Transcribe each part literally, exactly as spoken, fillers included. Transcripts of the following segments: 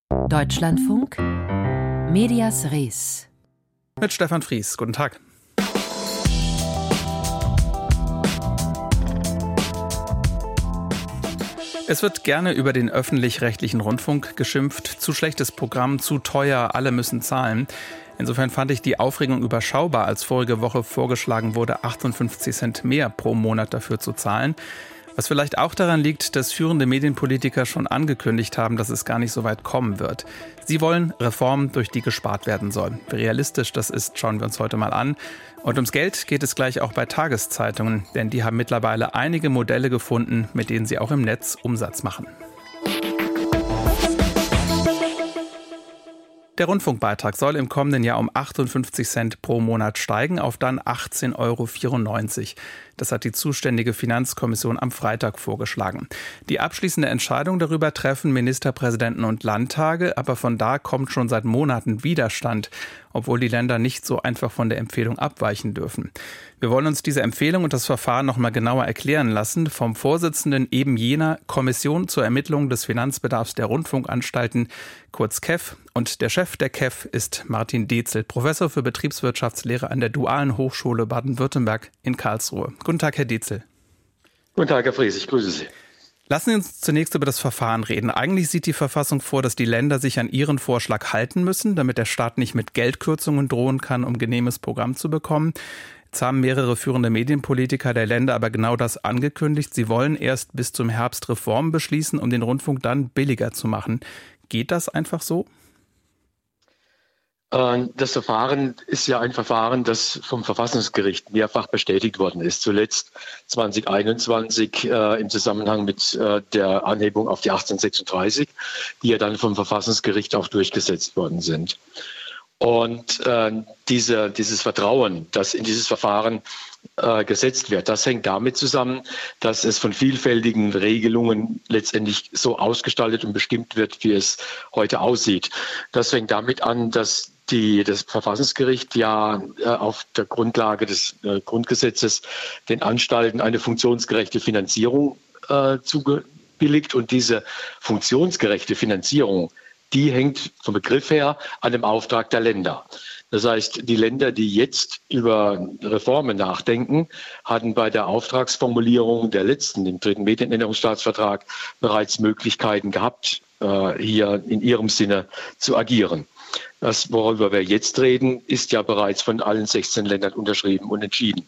Deutschlandfunk, Medias Res. Mit Stefan Fries. Guten Tag. Es wird gerne über den öffentlich-rechtlichen Rundfunk geschimpft. Zu schlechtes Programm, zu teuer, alle müssen zahlen. Insofern fand ich die Aufregung überschaubar, als vorige Woche vorgeschlagen wurde, achtundfünfzig Cent mehr pro Monat dafür zu zahlen. Was vielleicht auch daran liegt, dass führende Medienpolitiker schon angekündigt haben, dass es gar nicht so weit kommen wird. Sie wollen Reformen, durch die gespart werden soll. Wie realistisch das ist, schauen wir uns heute mal an. Und ums Geld geht es gleich auch bei Tageszeitungen, denn die haben mittlerweile einige Modelle gefunden, mit denen sie auch im Netz Umsatz machen. Der Rundfunkbeitrag soll im kommenden Jahr um achtundfünfzig Cent pro Monat steigen auf dann achtzehn Euro vierundneunzig. Das hat die zuständige Finanzkommission am Freitag vorgeschlagen. Die abschließende Entscheidung darüber treffen Ministerpräsidenten und Landtage, aber von da kommt schon seit Monaten Widerstand, obwohl die Länder nicht so einfach von der Empfehlung abweichen dürfen. Wir wollen uns diese Empfehlung und das Verfahren noch mal genauer erklären lassen vom Vorsitzenden eben jener Kommission zur Ermittlung des Finanzbedarfs der Rundfunkanstalten, kurz K E F. Und der Chef der K E F ist Martin Dezel, Professor für Betriebswirtschaftslehre an der Dualen Hochschule Baden-Württemberg in Karlsruhe. Guten Tag, Herr Dezel. Guten Tag, Herr Fries, ich grüße Sie. Lassen Sie uns zunächst über das Verfahren reden. Eigentlich sieht die Verfassung vor, dass die Länder sich an ihren Vorschlag halten müssen, damit der Staat nicht mit Geldkürzungen drohen kann, um genehmes Programm zu bekommen. Jetzt haben mehrere führende Medienpolitiker der Länder aber genau das angekündigt. Sie wollen erst bis zum Herbst Reformen beschließen, um den Rundfunk dann billiger zu machen. Geht das einfach so? Das Verfahren ist ja ein Verfahren, das vom Verfassungsgericht mehrfach bestätigt worden ist. Zuletzt zwanzig einundzwanzig äh, im Zusammenhang mit äh, der Anhebung auf die achtzehnhundertsechsunddreißig, die ja dann vom Verfassungsgericht auch durchgesetzt worden sind. Und äh, diese, dieses Vertrauen, das in dieses Verfahren äh, gesetzt wird, das hängt damit zusammen, dass es von vielfältigen Regelungen letztendlich so ausgestaltet und bestimmt wird, wie es heute aussieht. Das fängt damit an, dass die, das Verfassungsgericht ja äh, auf der Grundlage des äh, Grundgesetzes den Anstalten eine funktionsgerechte Finanzierung äh, zugebilligt. Und diese funktionsgerechte Finanzierung, die hängt vom Begriff her an dem Auftrag der Länder. Das heißt, die Länder, die jetzt über Reformen nachdenken, hatten bei der Auftragsformulierung der letzten, im dritten Medienänderungsstaatsvertrag, bereits Möglichkeiten gehabt, hier in ihrem Sinne zu agieren. Das, worüber wir jetzt reden, ist ja bereits von allen sechzehn Ländern unterschrieben und entschieden.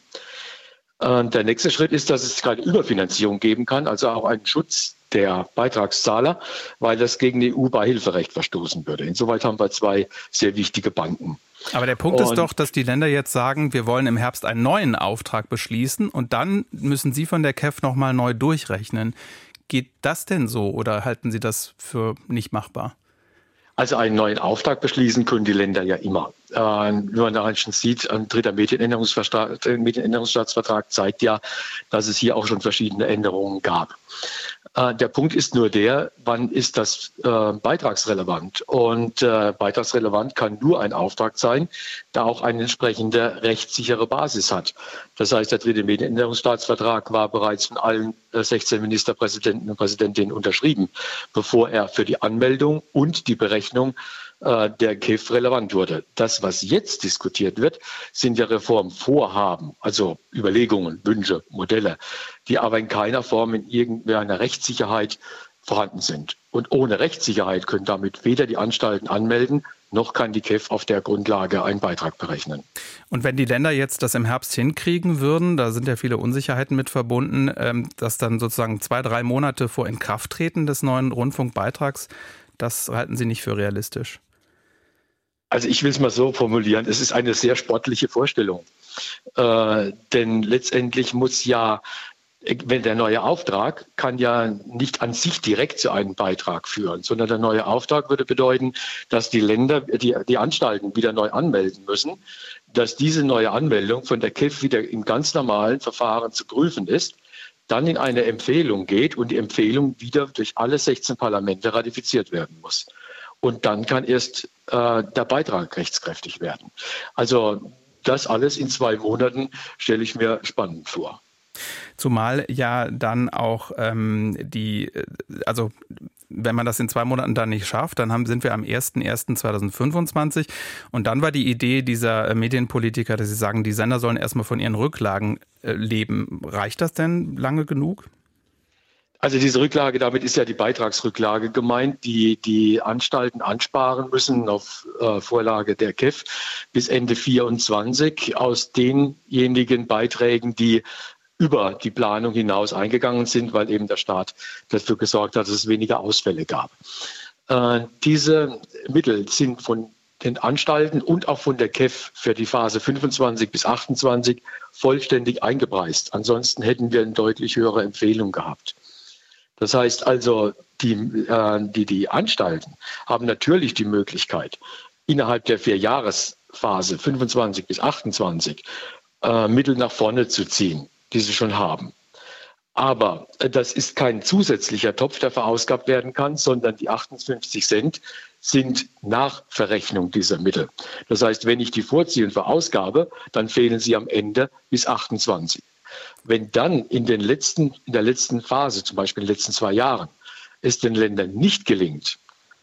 Und der nächste Schritt ist, dass es keine Überfinanzierung geben kann, also auch einen Schutz der Beitragszahler, weil das gegen E U-Beihilferecht verstoßen würde. Insoweit haben wir zwei sehr wichtige Banken. Aber der Punkt und ist doch, dass die Länder jetzt sagen, wir wollen im Herbst einen neuen Auftrag beschließen und dann müssen Sie von der K E F nochmal neu durchrechnen. Geht das denn so oder halten Sie das für nicht machbar? Also einen neuen Auftrag beschließen können die Länder ja immer. Äh, wie man da schon sieht, ein dritter Medienänderungsvertrag, Medienänderungsstaatsvertrag zeigt ja, dass es hier auch schon verschiedene Änderungen gab. Äh, der Punkt ist nur der, wann ist das äh, beitragsrelevant? Und äh, beitragsrelevant kann nur ein Auftrag sein, der auch eine entsprechende rechtssichere Basis hat. Das heißt, der dritte Medienänderungsstaatsvertrag war bereits von allen äh, sechzehn Ministerpräsidenten und Präsidentinnen unterschrieben, bevor er für die Anmeldung und die Berechnung der K E F relevant wurde. Das, was jetzt diskutiert wird, sind ja Reformvorhaben, also Überlegungen, Wünsche, Modelle, die aber in keiner Form in irgendeiner Rechtssicherheit vorhanden sind. Und ohne Rechtssicherheit können damit weder die Anstalten anmelden, noch kann die K E F auf der Grundlage einen Beitrag berechnen. Und wenn die Länder jetzt das im Herbst hinkriegen würden, da sind ja viele Unsicherheiten mit verbunden, dass dann sozusagen zwei, drei Monate vor Inkrafttreten des neuen Rundfunkbeitrags, das halten Sie nicht für realistisch? Also ich will es mal so formulieren, es ist eine sehr sportliche Vorstellung. Äh, denn letztendlich muss ja, wenn der neue Auftrag kann ja nicht an sich direkt zu einem Beitrag führen, sondern der neue Auftrag würde bedeuten, dass die Länder, die, die Anstalten wieder neu anmelden müssen, dass diese neue Anmeldung von der K E F wieder im ganz normalen Verfahren zu prüfen ist, dann in eine Empfehlung geht und die Empfehlung wieder durch alle sechzehn Parlamente ratifiziert werden muss. Und dann kann erst äh, der Beitrag rechtskräftig werden. Also das alles in zwei Monaten stelle ich mir spannend vor. Zumal ja dann auch ähm, die, also wenn man das in zwei Monaten dann nicht schafft, dann haben, sind wir am erster erster zweitausendfünfundzwanzig. Und dann war die Idee dieser Medienpolitiker, dass sie sagen, die Sender sollen erstmal von ihren Rücklagen äh, leben. Reicht das denn lange genug? Also diese Rücklage, damit ist ja die Beitragsrücklage gemeint, die die Anstalten ansparen müssen auf äh, Vorlage der K E F bis Ende vierundzwanzig aus denjenigen Beiträgen, die über die Planung hinaus eingegangen sind, weil eben der Staat dafür gesorgt hat, dass es weniger Ausfälle gab. Äh, diese Mittel sind von den Anstalten und auch von der K E F für die Phase fünfundzwanzig bis achtundzwanzig vollständig eingepreist. Ansonsten hätten wir eine deutlich höhere Empfehlung gehabt. Das heißt also, die, äh, die, die Anstalten haben natürlich die Möglichkeit, innerhalb der Vierjahresphase fünfundzwanzig bis achtundzwanzig äh, Mittel nach vorne zu ziehen, die sie schon haben. Aber äh, das ist kein zusätzlicher Topf, der verausgabt werden kann, sondern die achtundfünfzig Cent sind nach Verrechnung dieser Mittel. Das heißt, wenn ich die vorziehe und verausgabe, dann fehlen sie am Ende bis achtundzwanzig. Wenn dann in, den letzten, in der letzten Phase, zum Beispiel in den letzten zwei Jahren, es den Ländern nicht gelingt,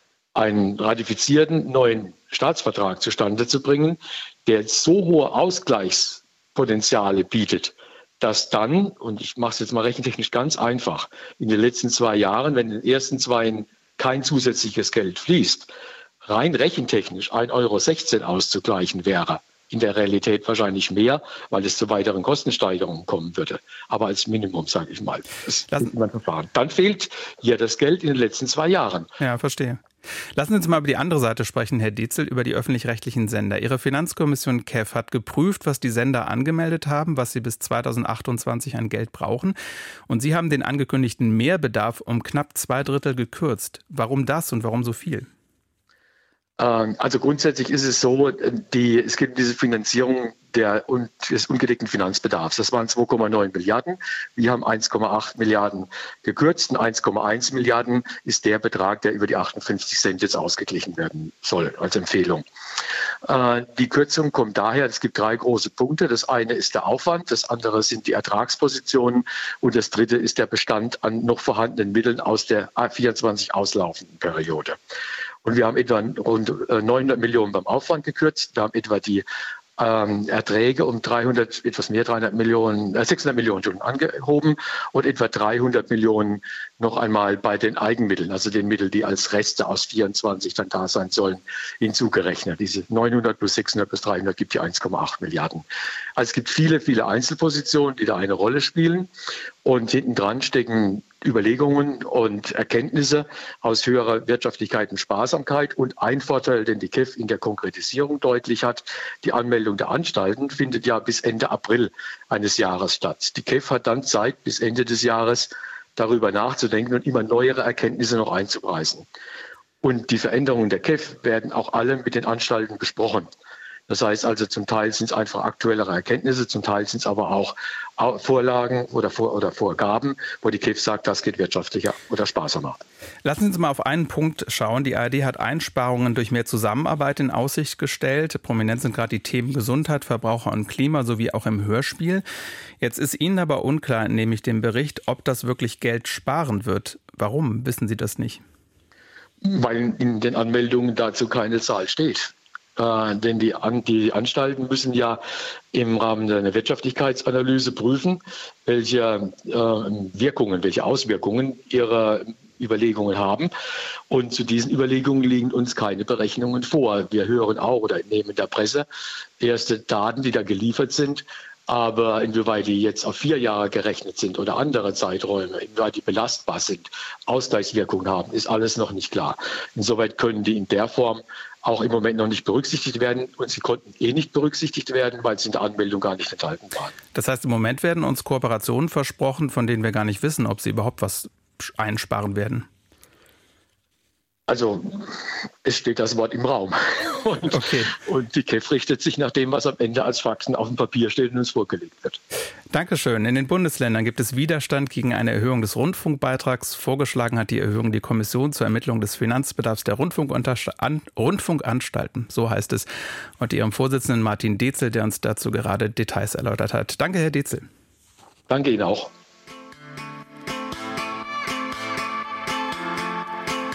einen ratifizierten neuen Staatsvertrag zustande zu bringen, der so hohe Ausgleichspotenziale bietet, dass dann, und ich mache es jetzt mal rechentechnisch ganz einfach, in den letzten zwei Jahren, wenn in den ersten zwei kein zusätzliches Geld fließt, rein rechentechnisch ein Euro sechzehn auszugleichen wäre. In der Realität wahrscheinlich mehr, weil es zu weiteren Kostensteigerungen kommen würde. Aber als Minimum, sage ich mal. Das ist mein Verfahren. Dann fehlt hier das Geld in den letzten zwei Jahren. Ja, verstehe. Lassen Sie uns mal über die andere Seite sprechen, Herr Dietzel, über die öffentlich-rechtlichen Sender. Ihre Finanzkommission K E F hat geprüft, was die Sender angemeldet haben, was sie bis zweitausendachtundzwanzig an Geld brauchen. Und Sie haben den angekündigten Mehrbedarf um knapp zwei Drittel gekürzt. Warum das und warum so viel? Also grundsätzlich ist es so, die, es gibt diese Finanzierung der, und des ungedeckten Finanzbedarfs. Das waren zwei Komma neun Milliarden. Wir haben eins Komma acht Milliarden gekürzt und eins Komma eins Milliarden ist der Betrag, der über die achtundfünfzig Cent jetzt ausgeglichen werden soll als Empfehlung. Die Kürzung kommt daher, es gibt drei große Punkte. Das eine ist der Aufwand, das andere sind die Ertragspositionen und das dritte ist der Bestand an noch vorhandenen Mitteln aus der vierundzwanzig auslaufenden Periode. Und wir haben etwa rund neunhundert Millionen beim Aufwand gekürzt. Wir haben etwa die ähm, Erträge um dreihundert, etwas mehr, dreihundert Millionen, äh, sechshundert Millionen Stunden angehoben und etwa dreihundert Millionen noch einmal bei den Eigenmitteln, also den Mitteln, die als Reste aus vierundzwanzig dann da sein sollen, hinzugerechnet. Diese neunhundert plus sechshundert plus dreihundert gibt die eins Komma acht Milliarden. Also es gibt viele, viele Einzelpositionen, die da eine Rolle spielen. Und hinten dran stecken Überlegungen und Erkenntnisse aus höherer Wirtschaftlichkeit und Sparsamkeit. Und ein Vorteil, den die K E F in der Konkretisierung deutlich hat, die Anmeldung der Anstalten findet ja bis Ende April eines Jahres statt. Die K E F hat dann Zeit, bis Ende des Jahres darüber nachzudenken und immer neuere Erkenntnisse noch einzupreisen. Und die Veränderungen der K E F werden auch alle mit den Anstalten besprochen. Das heißt also, zum Teil sind es einfach aktuellere Erkenntnisse, zum Teil sind es aber auch Vorlagen oder, Vor- oder Vorgaben, wo die K E F sagt, das geht wirtschaftlicher oder sparsamer. Lassen Sie uns mal auf einen Punkt schauen. Die A R D hat Einsparungen durch mehr Zusammenarbeit in Aussicht gestellt. Prominent sind gerade die Themen Gesundheit, Verbraucher und Klima sowie auch im Hörspiel. Jetzt ist Ihnen aber unklar, nämlich dem Bericht, ob das wirklich Geld sparen wird. Warum? Wissen Sie das nicht? Weil in den Anmeldungen dazu keine Zahl steht. Äh, denn die, An- die Anstalten müssen ja im Rahmen einer Wirtschaftlichkeitsanalyse prüfen, welche äh, Wirkungen, welche Auswirkungen ihre Überlegungen haben. Und zu diesen Überlegungen liegen uns keine Berechnungen vor. Wir hören auch oder entnehmen der Presse erste Daten, die da geliefert sind. Aber inwieweit die jetzt auf vier Jahre gerechnet sind oder andere Zeiträume, inwieweit die belastbar sind, Ausgleichswirkungen haben, ist alles noch nicht klar. Insoweit können die in der Form auch im Moment noch nicht berücksichtigt werden. Und sie konnten eh nicht berücksichtigt werden, weil sie in der Anmeldung gar nicht enthalten waren. Das heißt, im Moment werden uns Kooperationen versprochen, von denen wir gar nicht wissen, ob sie überhaupt was einsparen werden. Also es steht das Wort im Raum. Und, okay. und die K E F richtet sich nach dem, was am Ende als Faxen auf dem Papier steht und uns vorgelegt wird. Dankeschön. In den Bundesländern gibt es Widerstand gegen eine Erhöhung des Rundfunkbeitrags. Vorgeschlagen hat die Erhöhung die Kommission zur Ermittlung des Finanzbedarfs der Rundfunkanstalten. So heißt es. Und ihrem Vorsitzenden Martin Dietzel, der uns dazu gerade Details erläutert hat. Danke, Herr Dietzel. Danke Ihnen auch.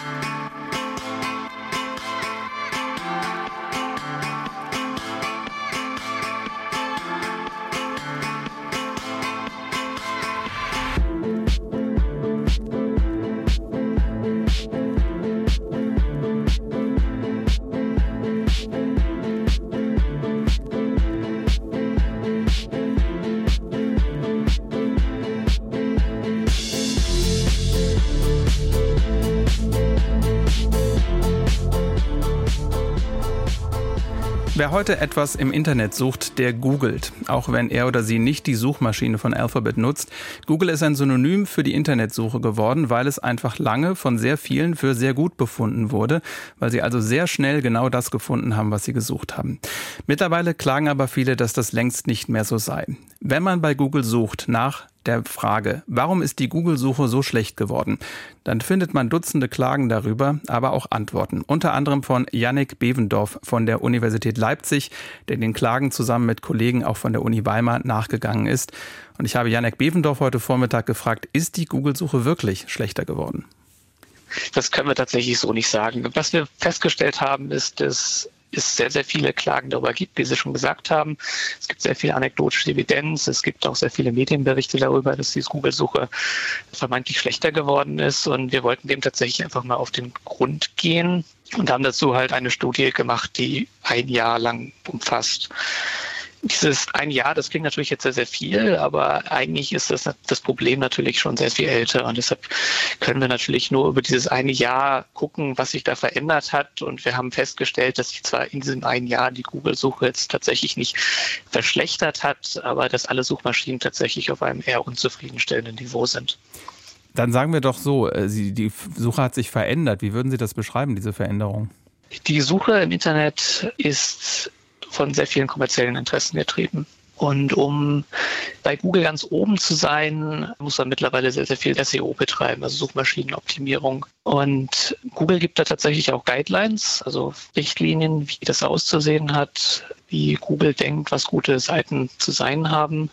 Wer heute etwas im Internet sucht, der googelt. Auch wenn er oder sie nicht die Suchmaschine von Alphabet nutzt. Google ist ein Synonym für die Internetsuche geworden, weil es einfach lange von sehr vielen für sehr gut befunden wurde, weil sie also sehr schnell genau das gefunden haben, was sie gesucht haben. Mittlerweile klagen aber viele, dass das längst nicht mehr so sei. Wenn man bei Google sucht nach der Frage, warum ist die Google-Suche so schlecht geworden, dann findet man Dutzende Klagen darüber, aber auch Antworten. Unter anderem von Jannik Bevendorf von der Universität Leipzig, der den Klagen zusammen mit Kollegen auch von der Uni Weimar nachgegangen ist. Und ich habe Jannik Bevendorf heute Vormittag gefragt, ist die Google-Suche wirklich schlechter geworden? Das können wir tatsächlich so nicht sagen. Was wir festgestellt haben, ist, dass es sehr, sehr viele Klagen darüber gibt, wie Sie schon gesagt haben. Es gibt sehr viel anekdotische Evidenz. Es gibt auch sehr viele Medienberichte darüber, dass die Google-Suche vermeintlich schlechter geworden ist. Und wir wollten dem tatsächlich einfach mal auf den Grund gehen und haben dazu halt eine Studie gemacht, die ein Jahr lang umfasst. Dieses ein Jahr, das klingt natürlich jetzt sehr, sehr viel, aber eigentlich ist das, das Problem natürlich schon sehr viel älter. Und deshalb können wir natürlich nur über dieses eine Jahr gucken, was sich da verändert hat. Und wir haben festgestellt, dass sich zwar in diesem einen Jahr die Google-Suche jetzt tatsächlich nicht verschlechtert hat, aber dass alle Suchmaschinen tatsächlich auf einem eher unzufriedenstellenden Niveau sind. Dann sagen wir doch so, die Suche hat sich verändert. Wie würden Sie das beschreiben, diese Veränderung? Die Suche im Internet ist von sehr vielen kommerziellen Interessen getrieben. Und um bei Google ganz oben zu sein, muss man mittlerweile sehr, sehr viel S E O betreiben, also Suchmaschinenoptimierung. Und Google gibt da tatsächlich auch Guidelines, also Richtlinien, wie das auszusehen hat, wie Google denkt, was gute Seiten zu sein haben.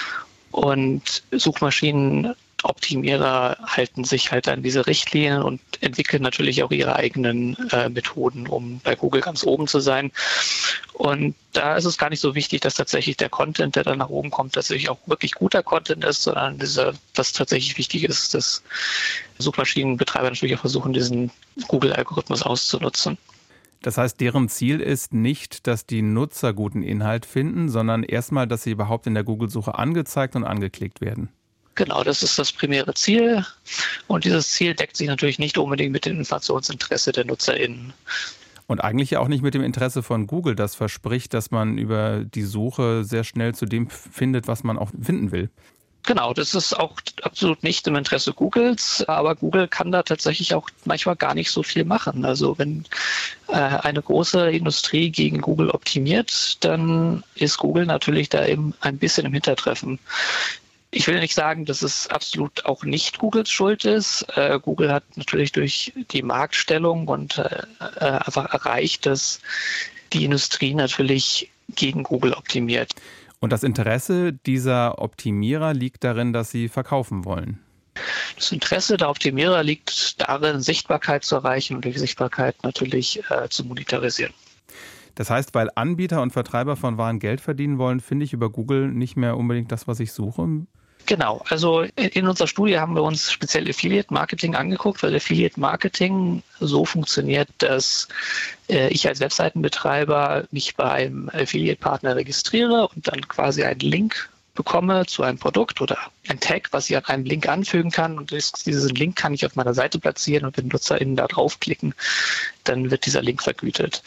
Und Suchmaschinenoptimierer halten sich halt an diese Richtlinien und entwickeln natürlich auch ihre eigenen äh, Methoden, um bei Google ganz oben zu sein. Und da ist es gar nicht so wichtig, dass tatsächlich der Content, der dann nach oben kommt, tatsächlich auch wirklich guter Content ist, sondern dieser, was tatsächlich wichtig ist, dass Suchmaschinenbetreiber natürlich auch versuchen, diesen Google-Algorithmus auszunutzen. Das heißt, deren Ziel ist nicht, dass die Nutzer guten Inhalt finden, sondern erstmal, dass sie überhaupt in der Google-Suche angezeigt und angeklickt werden. Genau, das ist das primäre Ziel. Und dieses Ziel deckt sich natürlich nicht unbedingt mit dem Informationsinteresse der NutzerInnen. Und eigentlich ja auch nicht mit dem Interesse von Google, das verspricht, dass man über die Suche sehr schnell zu dem findet, was man auch finden will. Genau, das ist auch absolut nicht im Interesse Googles, aber Google kann da tatsächlich auch manchmal gar nicht so viel machen. Also wenn äh, eine große Industrie gegen Google optimiert, dann ist Google natürlich da eben ein bisschen im Hintertreffen. Ich will nicht sagen, dass es absolut auch nicht Googles Schuld ist. Äh, Google hat natürlich durch die Marktstellung und äh, einfach erreicht, dass die Industrie natürlich gegen Google optimiert. Und das Interesse dieser Optimierer liegt darin, dass sie verkaufen wollen? Das Interesse der Optimierer liegt darin, Sichtbarkeit zu erreichen und die Sichtbarkeit natürlich äh, zu monetarisieren. Das heißt, weil Anbieter und Vertreiber von Waren Geld verdienen wollen, finde ich über Google nicht mehr unbedingt das, was ich suche? Genau, also in unserer Studie haben wir uns speziell Affiliate-Marketing angeguckt, weil Affiliate-Marketing so funktioniert, dass äh, ich als Webseitenbetreiber mich bei einem Affiliate-Partner registriere und dann quasi einen Link bekomme zu einem Produkt oder ein Tag, was ich an einem Link anfügen kann. Und diesen Link kann ich auf meiner Seite platzieren und wenn NutzerInnen da draufklicken, dann wird dieser Link vergütet.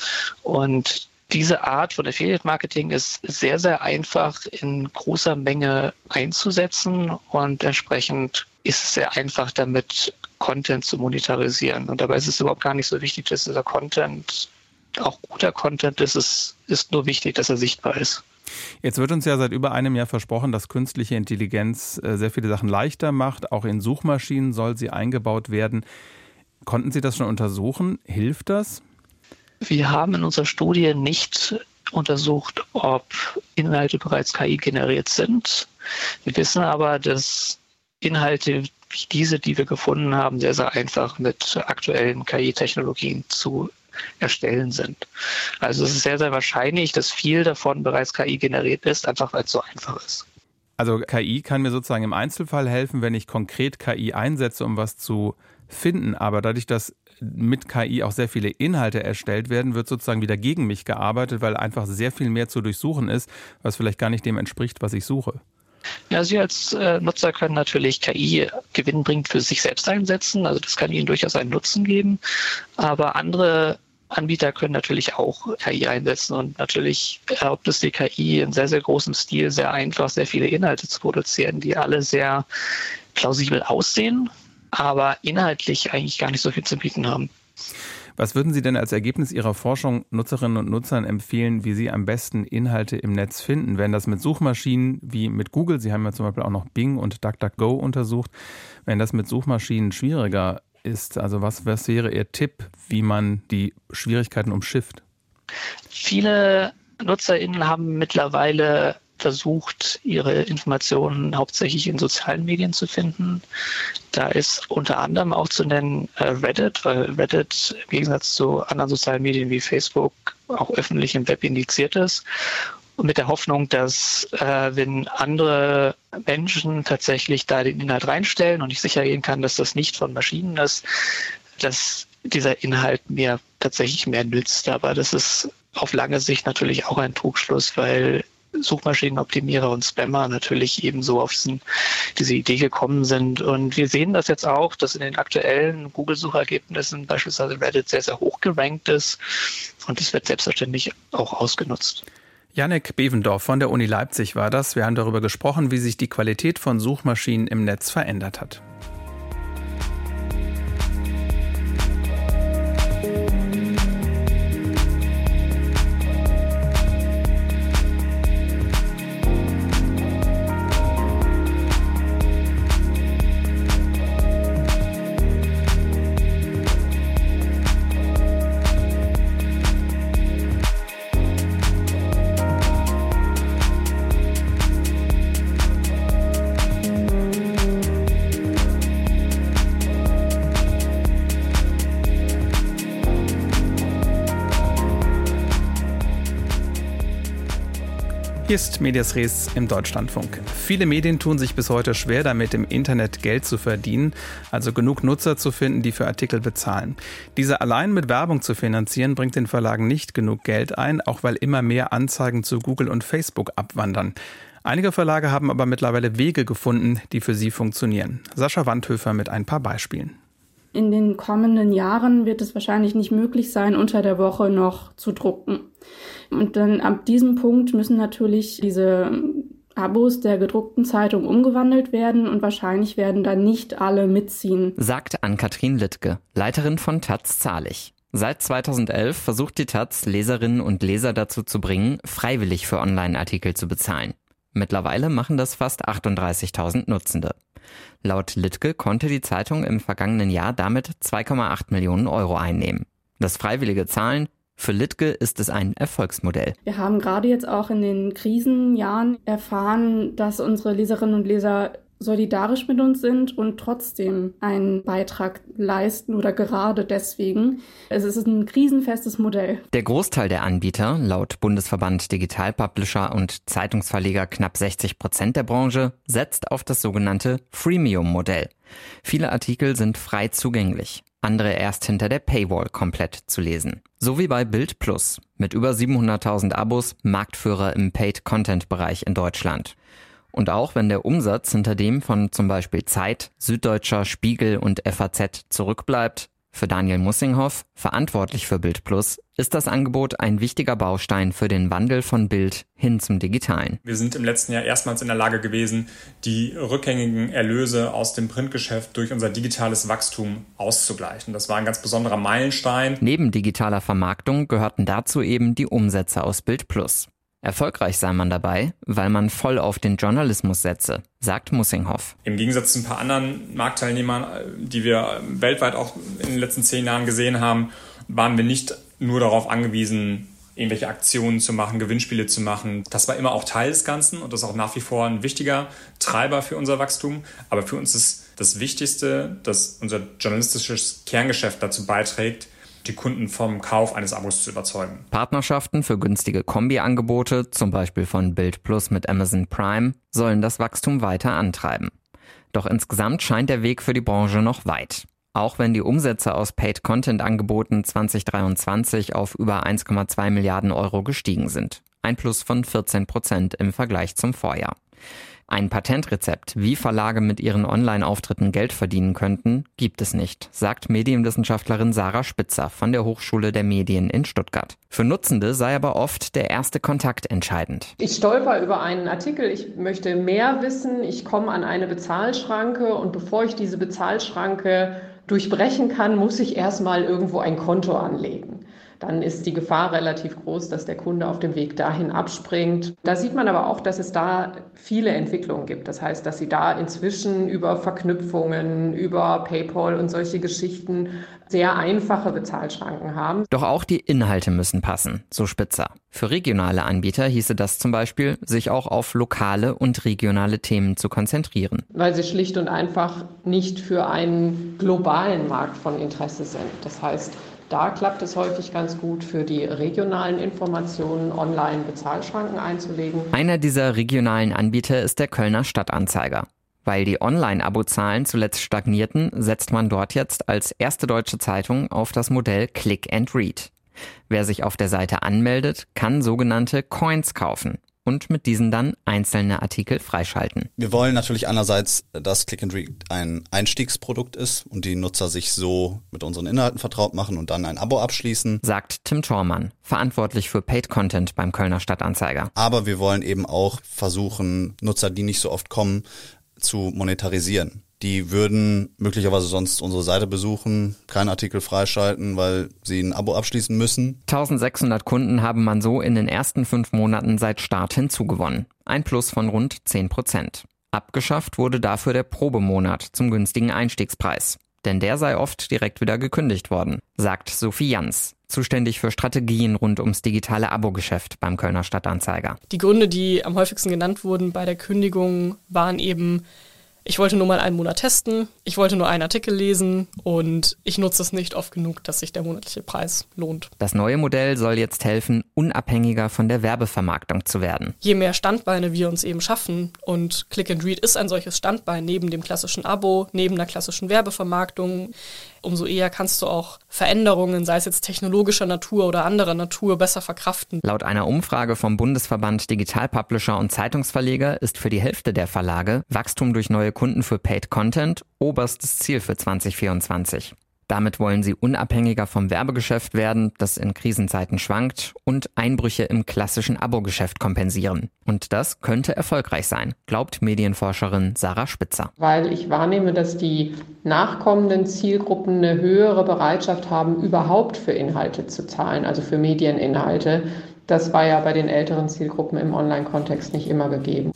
Und diese Art von Affiliate-Marketing ist sehr, sehr einfach in großer Menge einzusetzen und entsprechend ist es sehr einfach, damit Content zu monetarisieren. Und dabei ist es überhaupt gar nicht so wichtig, dass dieser Content auch guter Content ist. Es ist nur wichtig, dass er sichtbar ist. Jetzt wird uns ja seit über einem Jahr versprochen, dass künstliche Intelligenz sehr viele Sachen leichter macht. Auch in Suchmaschinen soll sie eingebaut werden. Konnten Sie das schon untersuchen? Hilft das? Wir haben in unserer Studie nicht untersucht, ob Inhalte bereits K I generiert sind. Wir wissen aber, dass Inhalte wie diese, die wir gefunden haben, sehr, sehr einfach mit aktuellen K I-Technologien zu erstellen sind. Also es ist sehr, sehr wahrscheinlich, dass viel davon bereits K I generiert ist, einfach weil es so einfach ist. Also K I kann mir sozusagen im Einzelfall helfen, wenn ich konkret K I einsetze, um was zu finden. Aber dadurch, dass mit K I auch sehr viele Inhalte erstellt werden, wird sozusagen wieder gegen mich gearbeitet, weil einfach sehr viel mehr zu durchsuchen ist, was vielleicht gar nicht dem entspricht, was ich suche. Ja, Sie als äh, Nutzer können natürlich K I gewinnbringend für sich selbst einsetzen. Also das kann Ihnen durchaus einen Nutzen geben. Aber andere Anbieter können natürlich auch K I einsetzen und natürlich erlaubt es die K I in sehr, sehr großem Stil sehr einfach, sehr viele Inhalte zu produzieren, die alle sehr plausibel aussehen, aber inhaltlich eigentlich gar nicht so viel zu bieten haben. Was würden Sie denn als Ergebnis Ihrer Forschung Nutzerinnen und Nutzern empfehlen, wie sie am besten Inhalte im Netz finden? Wenn das mit Suchmaschinen wie mit Google, Sie haben ja zum Beispiel auch noch Bing und DuckDuckGo untersucht, wenn das mit Suchmaschinen schwieriger ist, also was, was wäre Ihr Tipp, wie man die Schwierigkeiten umschifft? Viele NutzerInnen haben mittlerweile versucht, ihre Informationen hauptsächlich in sozialen Medien zu finden. Da ist unter anderem auch zu nennen äh, Reddit, weil Reddit im Gegensatz zu anderen sozialen Medien wie Facebook auch öffentlich im Web indiziert ist. Und mit der Hoffnung, dass äh, wenn andere Menschen tatsächlich da den Inhalt reinstellen und ich sicher gehen kann, dass das nicht von Maschinen ist, dass dieser Inhalt mir tatsächlich mehr nützt. Aber das ist auf lange Sicht natürlich auch ein Trugschluss, weil Suchmaschinenoptimierer und Spammer natürlich ebenso auf diesen, diese Idee gekommen sind. Und wir sehen das jetzt auch, dass in den aktuellen Google-Suchergebnissen beispielsweise Reddit sehr, sehr hoch gerankt ist. Und das wird selbstverständlich auch ausgenutzt. Jannik Bevendorf von der Uni Leipzig war das. Wir haben darüber gesprochen, wie sich die Qualität von Suchmaschinen im Netz verändert hat. Hier ist Medias Res im Deutschlandfunk. Viele Medien tun sich bis heute schwer damit, im Internet Geld zu verdienen, also genug Nutzer zu finden, die für Artikel bezahlen. Diese allein mit Werbung zu finanzieren, bringt den Verlagen nicht genug Geld ein, auch weil immer mehr Anzeigen zu Google und Facebook abwandern. Einige Verlage haben aber mittlerweile Wege gefunden, die für sie funktionieren. Sascha Wandhöfer mit ein paar Beispielen. In den kommenden Jahren wird es wahrscheinlich nicht möglich sein, unter der Woche noch zu drucken. Und dann ab diesem Punkt müssen natürlich diese Abos der gedruckten Zeitung umgewandelt werden und wahrscheinlich werden dann nicht alle mitziehen. Sagt Ann-Kathrin Littke, Leiterin von taz Zahlig. Seit zweitausendelf versucht die taz, Leserinnen und Leser dazu zu bringen, freiwillig für Online-Artikel zu bezahlen. Mittlerweile machen das fast achtunddreißigtausend Nutzende. Laut Littke konnte die Zeitung im vergangenen Jahr damit zwei Komma acht Millionen Euro einnehmen. Das freiwillige Zahlen, für Littke ist es ein Erfolgsmodell. Wir haben gerade jetzt auch in den Krisenjahren erfahren, dass unsere Leserinnen und Leser solidarisch mit uns sind und trotzdem einen Beitrag leisten oder gerade deswegen. Es ist ein krisenfestes Modell. Der Großteil der Anbieter, laut Bundesverband Digitalpublisher und Zeitungsverleger knapp sechzig Prozent der Branche, setzt auf das sogenannte Freemium-Modell. Viele Artikel sind frei zugänglich, andere erst hinter der Paywall komplett zu lesen. So wie bei Bild Plus, mit über siebenhunderttausend Abos, Marktführer im Paid-Content-Bereich in Deutschland. Und auch wenn der Umsatz hinter dem von zum Beispiel Zeit, Süddeutscher, Spiegel und F A Z zurückbleibt, für Daniel Mussinghoff, verantwortlich für Bild Plus, ist das Angebot ein wichtiger Baustein für den Wandel von Bild hin zum Digitalen. Wir sind im letzten Jahr erstmals in der Lage gewesen, die rückgängigen Erlöse aus dem Printgeschäft durch unser digitales Wachstum auszugleichen. Das war ein ganz besonderer Meilenstein. Neben digitaler Vermarktung gehörten dazu eben die Umsätze aus Bild Plus. Erfolgreich sei man dabei, weil man voll auf den Journalismus setze, sagt Mussinghoff. Im Gegensatz zu ein paar anderen Marktteilnehmern, die wir weltweit auch in den letzten zehn Jahren gesehen haben, waren wir nicht nur darauf angewiesen, irgendwelche Aktionen zu machen, Gewinnspiele zu machen. Das war immer auch Teil des Ganzen und das ist auch nach wie vor ein wichtiger Treiber für unser Wachstum. Aber für uns ist das Wichtigste, dass unser journalistisches Kerngeschäft dazu beiträgt, die Kunden vom Kauf eines Abos zu überzeugen. Partnerschaften für günstige Kombi-Angebote, zum Beispiel von Bild Plus mit Amazon Prime, sollen das Wachstum weiter antreiben. Doch insgesamt scheint der Weg für die Branche noch weit. Auch wenn die Umsätze aus Paid-Content-Angeboten zwanzig dreiundzwanzig auf über eins Komma zwei Milliarden Euro gestiegen sind. ein Plus von vierzehn Prozent im Vergleich zum Vorjahr. Ein Patentrezept, wie Verlage mit ihren Online-Auftritten Geld verdienen könnten, gibt es nicht, sagt Medienwissenschaftlerin Sarah Spitzer von der Hochschule der Medien in Stuttgart. Für Nutzende sei aber oft der erste Kontakt entscheidend. Ich stolper über einen Artikel, ich möchte mehr wissen, ich komme an eine Bezahlschranke und bevor ich diese Bezahlschranke durchbrechen kann, muss ich erstmal irgendwo ein Konto anlegen. Dann ist die Gefahr relativ groß, dass der Kunde auf dem Weg dahin abspringt. Da sieht man aber auch, dass es da viele Entwicklungen gibt. Das heißt, dass sie da inzwischen über Verknüpfungen, über PayPal und solche Geschichten sehr einfache Bezahlschranken haben. Doch auch die Inhalte müssen passen, so Spitzer. Für regionale Anbieter hieße das zum Beispiel, sich auch auf lokale und regionale Themen zu konzentrieren. Weil sie schlicht und einfach nicht für einen globalen Markt von Interesse sind. Das heißt, da klappt es häufig ganz gut, für die regionalen Informationen online Bezahlschranken einzulegen. Einer dieser regionalen Anbieter ist der Kölner Stadtanzeiger. Weil die Online-Abo-Zahlen zuletzt stagnierten, setzt man dort jetzt als erste deutsche Zeitung auf das Modell Click and Read. Wer sich auf der Seite anmeldet, kann sogenannte Coins kaufen und mit diesen dann einzelne Artikel freischalten. Wir wollen natürlich einerseits, dass Click and Read ein Einstiegsprodukt ist und die Nutzer sich so mit unseren Inhalten vertraut machen und dann ein Abo abschließen, sagt Tim Thormann, verantwortlich für Paid Content beim Kölner Stadtanzeiger. Aber wir wollen eben auch versuchen, Nutzer, die nicht so oft kommen, zu monetarisieren. Die würden möglicherweise sonst unsere Seite besuchen, keinen Artikel freischalten, weil sie ein Abo abschließen müssen. eintausendsechshundert Kunden haben man so in den ersten fünf Monaten seit Start hinzugewonnen. Ein Plus von rund zehn Prozent. Abgeschafft wurde dafür der Probemonat zum günstigen Einstiegspreis. Denn der sei oft direkt wieder gekündigt worden, sagt Sophie Jans, zuständig für Strategien rund ums digitale Abo-Geschäft beim Kölner Stadtanzeiger. Die Gründe, die am häufigsten genannt wurden bei der Kündigung, waren eben: Ich wollte nur mal einen Monat testen, ich wollte nur einen Artikel lesen und ich nutze es nicht oft genug, dass sich der monatliche Preis lohnt. Das neue Modell soll jetzt helfen, unabhängiger von der Werbevermarktung zu werden. Je mehr Standbeine wir uns eben schaffen, und Click and Read ist ein solches Standbein neben dem klassischen Abo, neben der klassischen Werbevermarktung, umso eher kannst du auch Veränderungen, sei es jetzt technologischer Natur oder anderer Natur, besser verkraften. Laut einer Umfrage vom Bundesverband Digital Publisher und Zeitungsverleger ist für die Hälfte der Verlage Wachstum durch neue Kunden für Paid Content oberstes Ziel für zwanzig vierundzwanzig. Damit wollen sie unabhängiger vom Werbegeschäft werden, das in Krisenzeiten schwankt, und Einbrüche im klassischen Abo-Geschäft kompensieren. Und das könnte erfolgreich sein, glaubt Medienforscherin Sarah Spitzer. Weil ich wahrnehme, dass die nachkommenden Zielgruppen eine höhere Bereitschaft haben, überhaupt für Inhalte zu zahlen, also für Medieninhalte. Das war ja bei den älteren Zielgruppen im Online-Kontext nicht immer gegeben.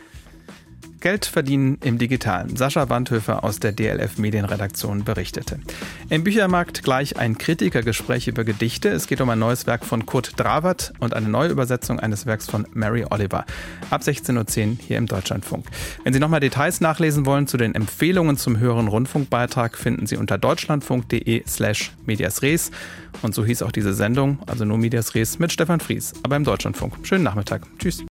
Geld verdienen im Digitalen. Sascha Wandhöfer aus der D L F Medienredaktion berichtete. Im Büchermarkt gleich ein Kritikergespräch über Gedichte. Es geht um ein neues Werk von Kurt Dravert und eine neue Übersetzung eines Werks von Mary Oliver. Ab sechzehn Uhr zehn hier im Deutschlandfunk. Wenn Sie nochmal Details nachlesen wollen zu den Empfehlungen zum höheren Rundfunkbeitrag, finden Sie unter deutschlandfunk.de slash medias res. Und so hieß auch diese Sendung, also nur Medias Res mit Stefan Fries, aber im Deutschlandfunk. Schönen Nachmittag. Tschüss.